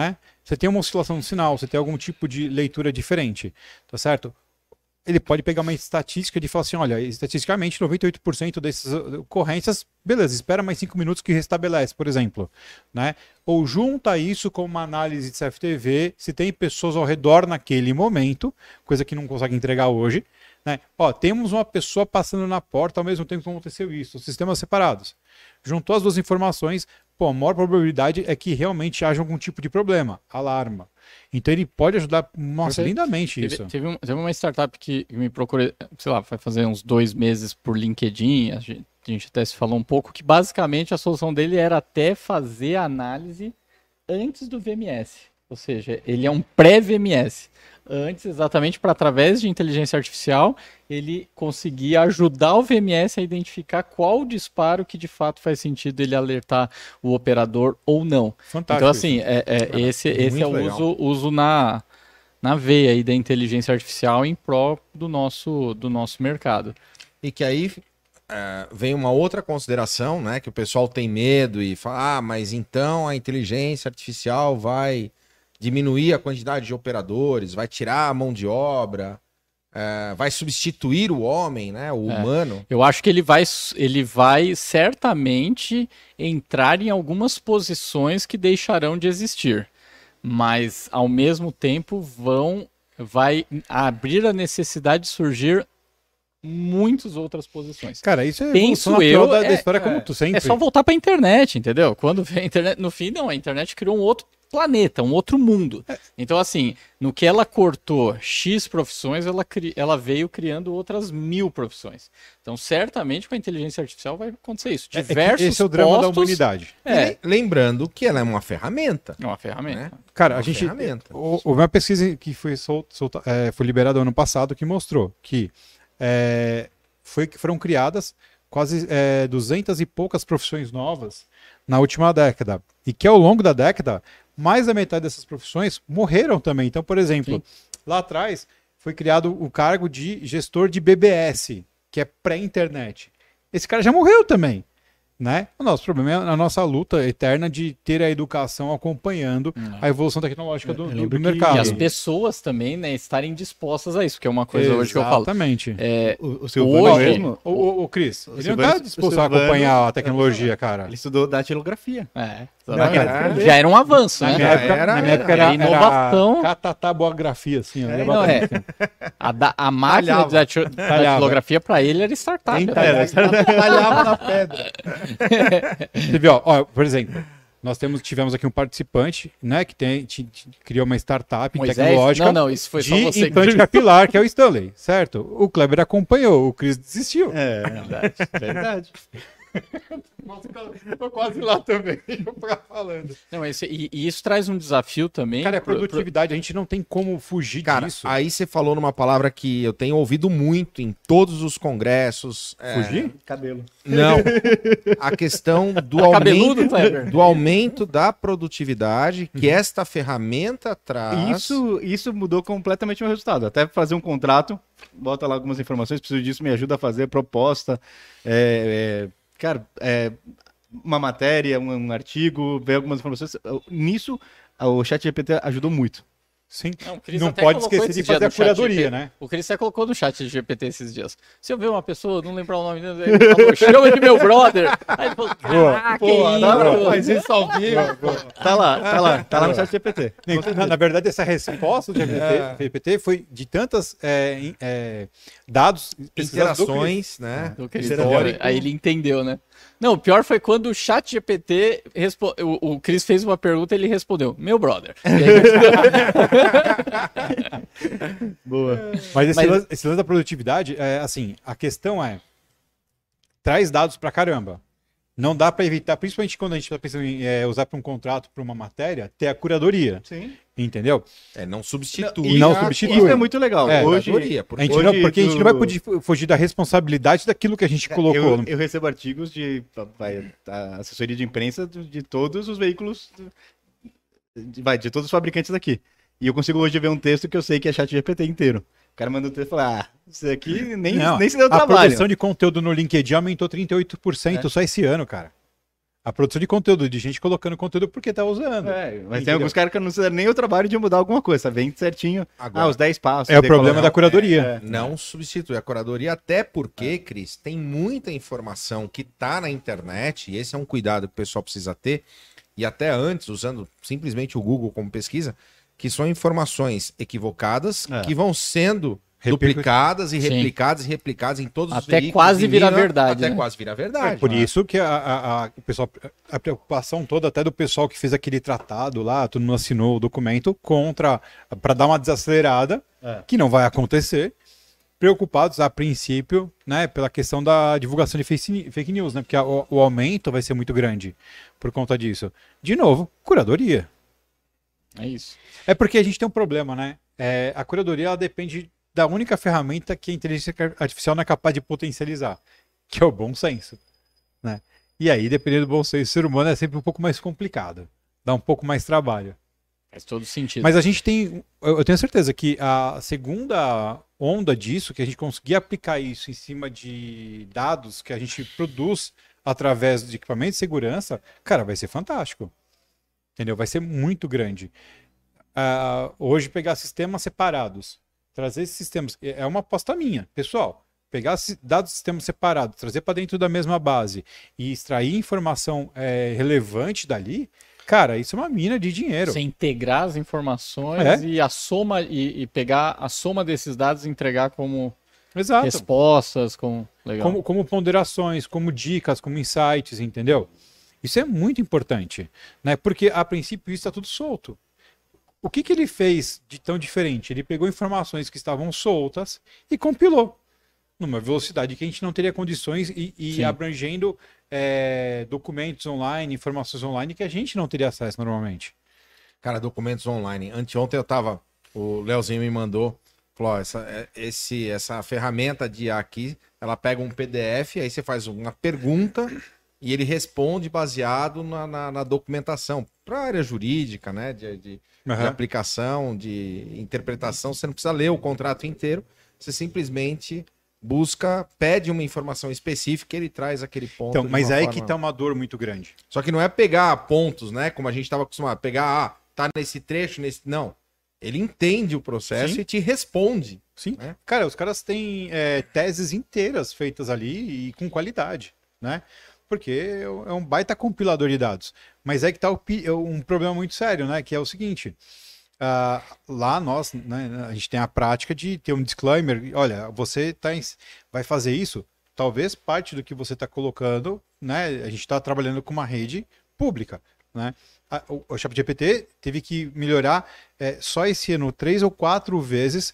você tem uma oscilação no sinal, você tem algum tipo de leitura diferente, tá certo? Ele pode pegar uma estatística de falar assim, olha, estatisticamente noventa e oito por cento dessas ocorrências, beleza, espera mais cinco minutos que restabelece, por exemplo, né? Ou junta isso com uma análise de C F T V, se tem pessoas ao redor naquele momento, coisa que não consegue entregar hoje, né? Ó, temos uma pessoa passando na porta ao mesmo tempo que aconteceu isso, sistemas separados. Juntou as duas informações, pô, a maior probabilidade é que realmente haja algum tipo de problema, alarma. Então ele pode ajudar, nossa, Perfeito. lindamente Teve, isso. teve, um- teve uma startup que me procurou, sei lá, vai fazer uns dois meses por LinkedIn, a gente, a gente até se falou um pouco, que basicamente a solução dele era até fazer a análise antes do V M S. Ou seja, ele é um pré-V M S. Antes, exatamente para, através de inteligência artificial, ele conseguia ajudar o V M S a identificar qual disparo que de fato faz sentido ele alertar o operador ou não. Fantástico. Então, assim, isso. é, é, esse, esse é o muito legal. uso, uso na, na veia aí da inteligência artificial em pró do nosso, do nosso mercado. E que aí é, vem uma outra consideração, né? Que o pessoal tem medo e fala, ah, mas então a inteligência artificial vai diminuir a quantidade de operadores, vai tirar a mão de obra, é, vai substituir o homem, né? O É. humano. Eu acho que ele vai, ele vai certamente entrar em algumas posições que deixarão de existir, mas ao mesmo tempo vão, vai abrir a necessidade de surgir muitas outras posições. Cara, isso é Penso evolução natural eu, da, da é- história é, como tu sempre. É só voltar para a internet, entendeu? Quando vem a internet, no fim, não, a internet criou um outro planeta, um outro mundo. Então, assim, no que ela cortou X profissões, ela, cri... ela veio criando outras mil profissões. Então, certamente com a inteligência artificial vai acontecer isso. É- é que Diversos esse é o drama da postos- humanidade. É, E lembrando que ela é uma ferramenta. é uma ferramenta. Né? Cara, a Uma gente. ferramenta. hou- Houve uma pesquisa que foi, sol- solta, é, foi liberada ano passado que mostrou que é, foi, que foram criadas quase é, duzentas e poucas profissões novas na última década. E que ao longo da década, mais da metade dessas profissões morreram também. Então, por exemplo, Sim. lá atrás foi criado o cargo de gestor de B B S, que é pré-internet. Esse cara já morreu também. Né? O nosso problema é a nossa luta eterna de ter a educação acompanhando a evolução tecnológica do, Eu do- lembro do que- mercado. E as pessoas também, né, estarem dispostas a isso, que é uma coisa hoje que eu falo. Exatamente. É, O, o Silvano Hoje- mesmo, O, o, o Cris, ele não Silvano- está disposto o a Silvano- acompanhar a tecnologia, cara. ele estudou datilografia. é, Não, exatamente. já era um avanço, Na né? minha, Já época, era- na minha época era, era inovação. era catatabografia, assim. ó, É, ia Não, bater é. assim. A, da- a máquina Talhava. de dati- datilografia para ele era startup. Tenta- né? Talhava na pedra. Você viu, ó, ó, por exemplo, nós temos, tivemos aqui um participante, né, que tem, ti- ti- criou uma startup Moisés? tecnológica Não, não, isso foi só de você que implante capilar, que é o Stanley, certo? O Kleber acompanhou, o Cris desistiu. É, verdade. verdade. Nossa, eu tô quase lá também, eu ficar falando. Não, esse- e, e isso traz um desafio também. Cara, é pro- pro- produtividade, a gente não tem como fugir Cara, disso. aí você falou numa palavra que eu tenho ouvido muito em todos os congressos. é, Fugir? Cabelo. Não. A questão do Tá cabeludo, aumento, Kleber? do aumento da produtividade que esta ferramenta traz. Isso, isso mudou completamente o meu resultado. Até fazer um contrato, bota lá algumas informações, preciso disso, me ajuda a fazer proposta. é, é, cara, é, uma matéria, um, um artigo, ver algumas informações. Nisso, o ChatGPT ajudou muito. Sim. Não, o Cris Não até pode colocou esquecer esse de dia fazer a no chat curadoria, G P T. né? O Cris até colocou no chat G P T esses dias. Se eu ver uma pessoa, não lembrar o nome dele, ele falou, chama de meu brother. Aí ele falou, caraca, que isso? isso ao vivo. Tá lá, tá lá, tá lá no ChatGPT. Na, na verdade, essa resposta do G P T, É. G P T foi de tantas é, em- é, dados pesquisados do Cris. Interações, né? Do Cris, Histórico. aí ele entendeu, né? Não, o pior foi quando o chat G P T, respo... o, o Cris fez uma pergunta e ele respondeu, meu brother. E aí, Boa. Mas esse, Mas- Lance, esse lance da produtividade, é, assim, a questão é, traz dados pra caramba. Não dá pra evitar, principalmente quando a gente tá pensando em é, usar para um contrato, para uma matéria, ter a curadoria, Sim. entendeu? É, não substitui. E não a substitui. Isso é muito legal. É, Hoje, curadoria, porque A gente Hoje não, porque a gente não vai tu- poder fu- fugir da responsabilidade daquilo que a gente colocou. eu, no- eu recebo artigos de vai, a assessoria de imprensa de, de todos os veículos, de, vai, de todos os fabricantes daqui. E eu consigo hoje ver um texto que eu sei que é ChatGPT inteiro. O cara manda o texto e fala, ah, isso aqui nem, Não, nem se deu a trabalho. produção de conteúdo no LinkedIn aumentou trinta e oito por cento É. só esse ano, cara. A produção de conteúdo, de gente colocando conteúdo porque tá usando. É, mas tem Entendeu? alguns caras que não se dão nem o trabalho de mudar alguma coisa, tá bem certinho. Agora, ah, os dez passos. É o problema decolar. da curadoria. É, é. não substitui a curadoria, até porque, Cris, tem muita informação que tá na internet, e esse é um cuidado que o pessoal precisa ter, e até antes, usando simplesmente o Google como pesquisa, que são informações equivocadas, É. que vão sendo Repercu- duplicadas e Sim. replicadas e replicadas em todos os Até veículos. quase e virar mina- verdade, Até né? quase virar É verdade. por isso que a, a, a, o pessoal, a preocupação toda até do pessoal que fez aquele tratado lá, todo mundo assinou o documento contra, para dar uma desacelerada, É. que não vai acontecer, preocupados a princípio, né, pela questão da divulgação de fake fake news, né, porque a- o, o aumento vai ser muito grande por conta disso. De novo, curadoria. É isso. É porque a gente tem um problema, né? É, a curadoria ela depende da única ferramenta que a inteligência artificial não é capaz de potencializar, que é o bom senso, né? E aí, dependendo do bom senso, o ser humano é sempre um pouco mais complicado, dá um pouco mais trabalho. Faz todo sentido. Mas a gente tem, eu eu tenho certeza que a segunda onda disso, que a gente conseguir aplicar isso em cima de dados que a gente produz através de equipamentos de segurança, cara, vai ser fantástico. Entendeu? Vai ser muito grande. Ah, hoje, pegar sistemas separados, trazer esses sistemas, é uma aposta minha, pessoal. Pegar si- dados de sistemas separados, trazer para dentro da mesma base e extrair informação é, relevante dali, cara, isso é uma mina de dinheiro. Você integrar as informações É. e a soma e, e pegar a soma desses dados e entregar como Exato. respostas, como legal. Como, como ponderações, como dicas, como insights, entendeu? Isso é muito importante, né? Porque a princípio isso está tudo solto. O que, que ele fez de tão diferente? Ele pegou informações que estavam soltas e compilou numa velocidade que a gente não teria condições e, e Sim. abrangendo é, documentos online, informações online que a gente não teria acesso normalmente. Cara, documentos online. Anteontem eu tava, o Leozinho me mandou, falou, ó, essa, é- esse, essa ferramenta de I A aqui, ela pega um P D F, aí você faz uma pergunta e ele responde baseado na, na, na documentação. Para a área jurídica, né, de, de, de Aham. aplicação, de interpretação, você não precisa ler o contrato inteiro, você simplesmente busca, pede uma informação específica e ele traz aquele ponto. Então, de mas uma é aí forma- que tá uma dor muito grande. Só que não é pegar pontos, né? Como a gente estava acostumado, pegar, ah, tá nesse trecho, nesse. Não. Ele entende o processo Sim. e te responde. Sim. É. Cara, os caras têm é, teses inteiras feitas ali e com qualidade, né? Porque é um baita compilador de dados. Mas é que tá o pi- um problema muito sério, né? Que é o seguinte. ah, lá nós, né, a gente tem a prática de ter um disclaimer. Olha, você tá em- vai fazer isso, talvez parte do que você está colocando, né? A gente está trabalhando com uma rede pública, né? A- O, o ChatGPT teve que melhorar é, só esse ano três ou quatro vezes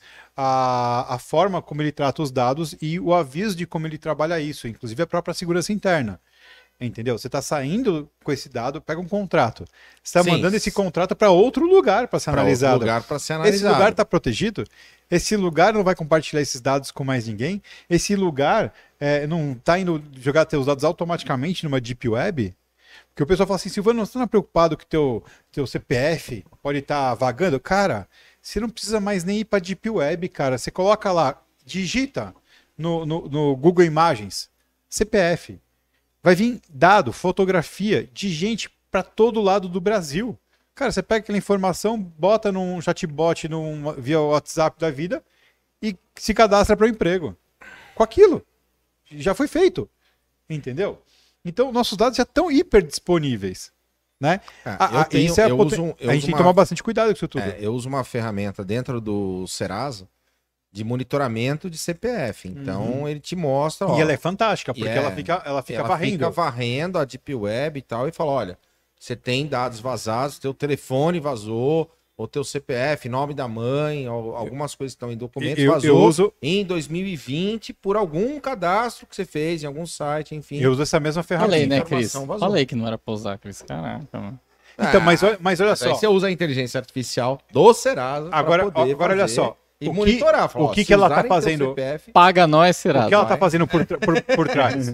a, a forma como ele trata os dados e o aviso de como ele trabalha isso, inclusive a própria segurança interna. Entendeu? Você está saindo com esse dado, pega um contrato. Você está Sim. mandando esse contrato para outro lugar para ser Para outro analisado. lugar para ser Esse analisado. lugar está protegido? Esse lugar não vai compartilhar esses dados com mais ninguém? Esse lugar é, não está indo jogar seus dados automaticamente numa Deep Web? Porque o pessoal fala assim, Silvano, você não está preocupado que teu, teu C P F pode estar vagando? Cara, você não precisa mais nem ir para Deep Web, cara. Você coloca lá, digita no, no, no Google Imagens, C P F. Vai vir dado, fotografia de gente para todo lado do Brasil. Cara, você pega aquela informação, bota num chatbot num, via WhatsApp da vida e se cadastra para o emprego. Com aquilo. Já foi feito. Entendeu? Então, nossos dados já estão hiper disponíveis. Né? É, A- eu a- tenho- isso é a eu poten- uso- eu a gente uso tem que uma- tomar bastante cuidado com isso tudo. É, eu uso uma ferramenta dentro do Serasa de monitoramento de C P F. Então ele te mostra. Ó, E ela é fantástica, porque e é- ela fica, ela fica ela varrendo. fica varrendo a Deep Web e tal, e fala: olha, você tem dados vazados, teu telefone vazou, ou teu C P F, nome da mãe, ou algumas coisas que estão em documentos, Eu- eu vazou uso- em dois mil e vinte por algum cadastro que você fez em algum site, enfim. Eu uso essa mesma ferramenta. Falei, né, informação Cris? vazou. Falei que não era pra usar, Cris. Caraca, mano. Então, mas, olha- mas olha Mas aí só. você usa a inteligência artificial do Serasa pra Agora, poder agora olha fazer só. e O que- monitorar. falar, o ó, que se que ela tá usarem teu fazendo? C P F, Paga nós, Serasa. O que ela tá vai. fazendo por, tra- por, por trás?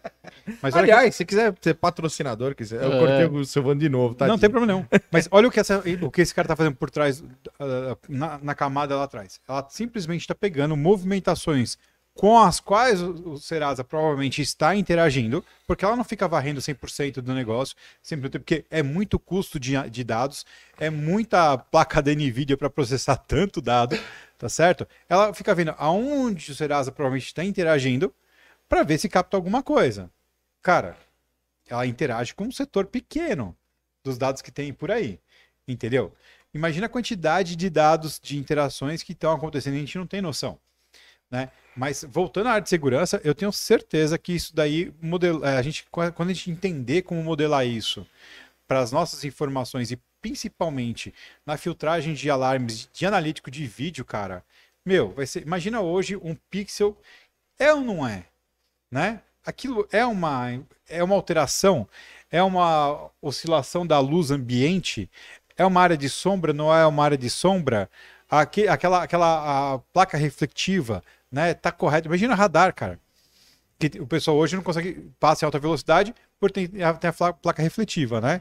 Mas olha que- aliás, se quiser ser patrocinador, quiser, eu É. cortei o Silvano de novo, tá? não tem problema nenhum. Mas olha o que, essa- o que esse cara tá fazendo por trás, ah, na, na camada lá atrás. Ela simplesmente está pegando movimentações com as quais o, o Serasa provavelmente está interagindo, porque ela não fica varrendo cem por cento do negócio, sempre porque é muito custo de, de dados, é muita placa da NVIDIA para processar tanto dado, tá certo? Ela fica vendo aonde o Serasa provavelmente está interagindo para ver se capta alguma coisa. Cara, ela interage com um setor pequeno dos dados que tem por aí, entendeu? Imagina a quantidade de dados de interações que estão acontecendo e a gente não tem noção, né? Mas voltando à área de segurança, eu tenho certeza que isso daí, model... a gente, quando a gente entender como modelar isso para as nossas informações e principalmente na filtragem de alarmes de analítico de vídeo, cara, meu, vai ser. Imagina hoje um pixel, é ou não é, né? Aquilo é uma, é uma alteração, é uma oscilação da luz ambiente, é uma área de sombra, não é uma área de sombra, Aqui, aquela, aquela a placa refletiva, né, tá correto. Imagina radar, cara, que o pessoal hoje não consegue passar em alta velocidade porque tem a, tem a placa refletiva, né?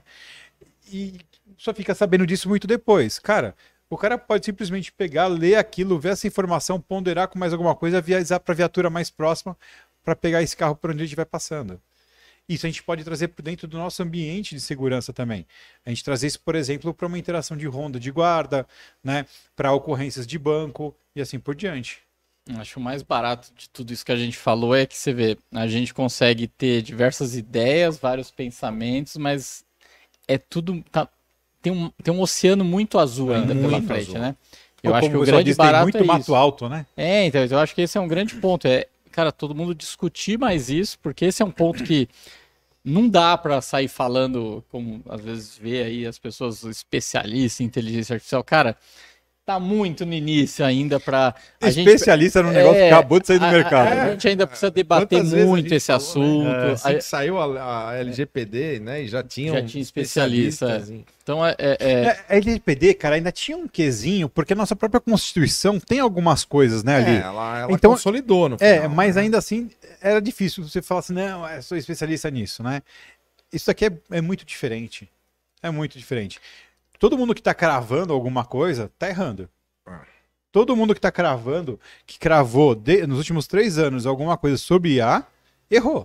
E só fica sabendo disso muito depois. Cara, o cara pode simplesmente pegar, ler aquilo, ver essa informação, ponderar com mais alguma coisa, avisar para a viatura mais próxima para pegar esse carro por onde ele estiver passando. Isso a gente pode trazer para dentro do nosso ambiente de segurança também. A gente trazer isso, por exemplo, para uma interação de ronda de guarda, né, para ocorrências de banco e assim por diante. Acho que o mais barato de tudo isso que a gente falou é que você vê, a gente consegue ter diversas ideias, vários pensamentos, mas é tudo... Tá, tem, um, tem um oceano muito azul ainda muito pela frente, azul. né? Eu Ou acho que o o pessoal grande diz, tem barato muito é mato isso. alto, né? É, então eu acho que esse é um grande ponto. É, cara, todo mundo discutir mais isso, porque esse é um ponto que não dá para sair falando, como às vezes vê aí as pessoas especialistas em inteligência artificial. Cara, tá muito no início ainda para a gente... Especialista num negócio É, que acabou de sair do a, mercado. A, a gente ainda precisa debater Quantas vezes a muito gente esse falou, assunto. né? É, assim A- que saiu a, a L G P D, né? E já tinham Já tinha especialista, especialistas em- Então, é, é- é- É, a L G P D, cara, ainda tinha um quesinho, porque a nossa própria Constituição tem algumas coisas, né, ali. É, ela, ela Então, consolidou no É, final, mas né? ainda assim era difícil você falar assim, não, eu sou especialista nisso, né? Isso aqui é, é muito diferente. É muito diferente. Todo mundo que tá cravando alguma coisa, tá errando. Ah. Todo mundo que tá cravando, que cravou de- nos últimos três anos alguma coisa sobre I A, errou.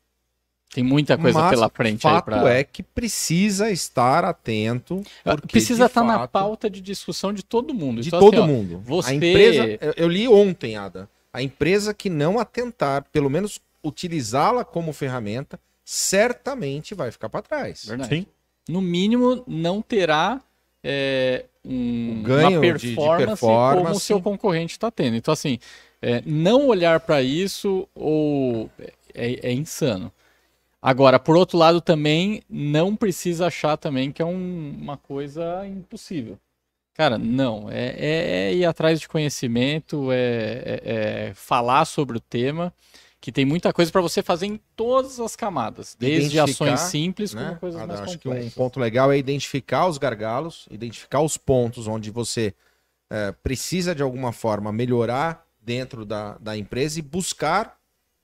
tem muita coisa Mas pela frente o aí fato para. é que precisa estar atento. porque, Precisa de estar na fato, pauta de discussão de todo mundo. de Então, todo assim, ó, mundo. você- A empresa, eu, eu li ontem, Ada, a empresa que não atentar, pelo menos utilizá-la como ferramenta, certamente vai ficar para trás. Verdade. Sim. No mínimo, não terá é, um, Um ganho uma de- de performance, como o performance. seu concorrente está tendo. Então, assim, é, não olhar para isso ou é, é insano. Agora, por outro lado, também não precisa achar também que é um- uma coisa impossível. Cara, não. É, é- é ir atrás de conhecimento, é, é- é falar sobre o tema, que tem muita coisa para você fazer em todas as camadas, desde Identificar, ações simples né? como coisas Ada, mais acho que um complexas. ponto legal é identificar os gargalos, identificar os pontos onde você é, precisa de alguma forma melhorar dentro da, da empresa e buscar,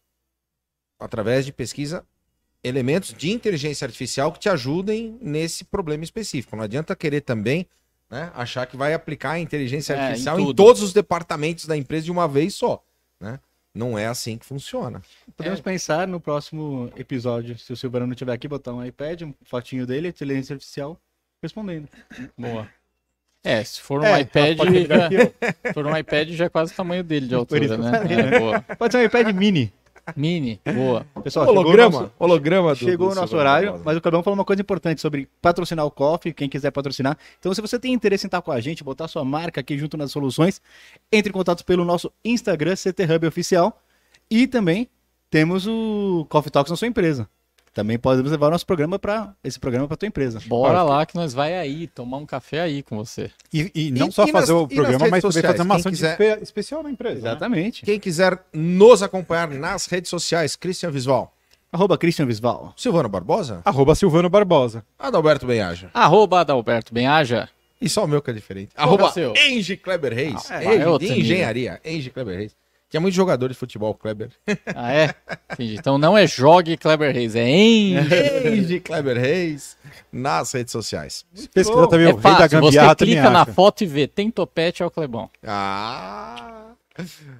através de pesquisa, elementos de inteligência artificial que te ajudem nesse problema específico. Não adianta querer também, né, achar que vai aplicar a inteligência É, em artificial em, tudo. todos os departamentos da empresa de uma vez só, né? Não é assim que funciona. Podemos pensar no próximo episódio, se o Silvano não estiver aqui, botar um iPad, um fotinho dele, inteligência artificial, respondendo. Boa. É, se for um É, iPad, pode ligar já, aqui, se for um iPad já é quase o tamanho dele de Por isso altura, que eu né? falei, É, boa. Pode ser um iPad mini. Mini, boa. Pessoal, chegou o holograma, nosso- holograma do, Chegou do o nosso Silvano horário, Barbosa. mas o Cabão falou uma coisa importante sobre patrocinar o Coffee, quem quiser patrocinar. Então, se você tem interesse em estar com a gente, botar sua marca aqui junto nas soluções, entre em contato pelo nosso Instagram, C T Hub Oficial. E também temos o Coffee Talks na sua empresa. Também podemos levar o nosso programa para esse programa para tua empresa. Bora Olha, lá que nós vai aí tomar um café aí com você. E, e não E- só e nas- fazer e o nas programa, redes mas também sociais, fazer uma quem ação de quiser- espe- especial na empresa. né? Exatamente. Quem quiser nos acompanhar nas redes sociais, Christian Visual, Arroba Christian Visval. Silvano Barbosa, Arroba Silvano Barbosa. Adalberto Benhaja. Arroba Adalberto Benhaja. E só o meu que é diferente. Qual Arroba é o seu? Enge Kleber Reis. Ah, é, Enge é outro de nível. engenharia. Enge Kleber Reis. Tinha muito jogador de futebol, Kleber. Ah, é? Entendi. Então não é Jogue Kleber Reis, é em. Enge Kleber Reis nas redes sociais. Pesquisa também É o rei da fácil, gambiarra você também clica na acha. foto e vê, tem topete, é o Clebão. Ah!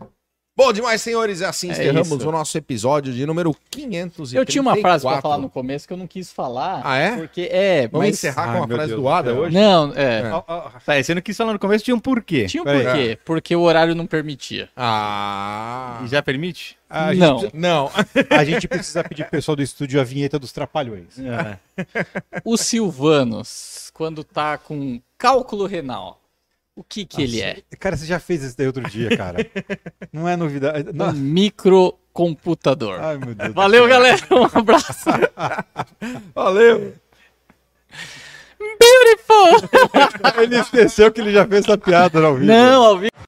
Bom demais, senhores. E assim É encerramos isso. o nosso episódio de número quinhentos e trinta e quatro. Eu tinha uma frase pra falar no começo que eu não quis falar. Ah, é? Porque é, Vamos mas... encerrar Ai, com uma meu frase Deus doada do céu. hoje? Não, é. É. Ó, ó, Tá, você não quis falar no começo, tinha um porquê. Tinha um Peraí. porquê. Porque o horário não permitia. Ah. E já permite? a, gente Não. precisa, Não. a gente precisa pedir pro pessoal do estúdio a vinheta dos Trapalhões. É. O Silvanos, quando tá com cálculo renal, o que que ele é? Cara, você já fez isso daí outro dia, cara. Não é novidade. Um Não. microcomputador. Ai, meu Deus. Valeu, galera. Um abraço. Valeu. Beautiful! Ele esqueceu que ele já fez essa piada ao vivo. Não, ao vivo.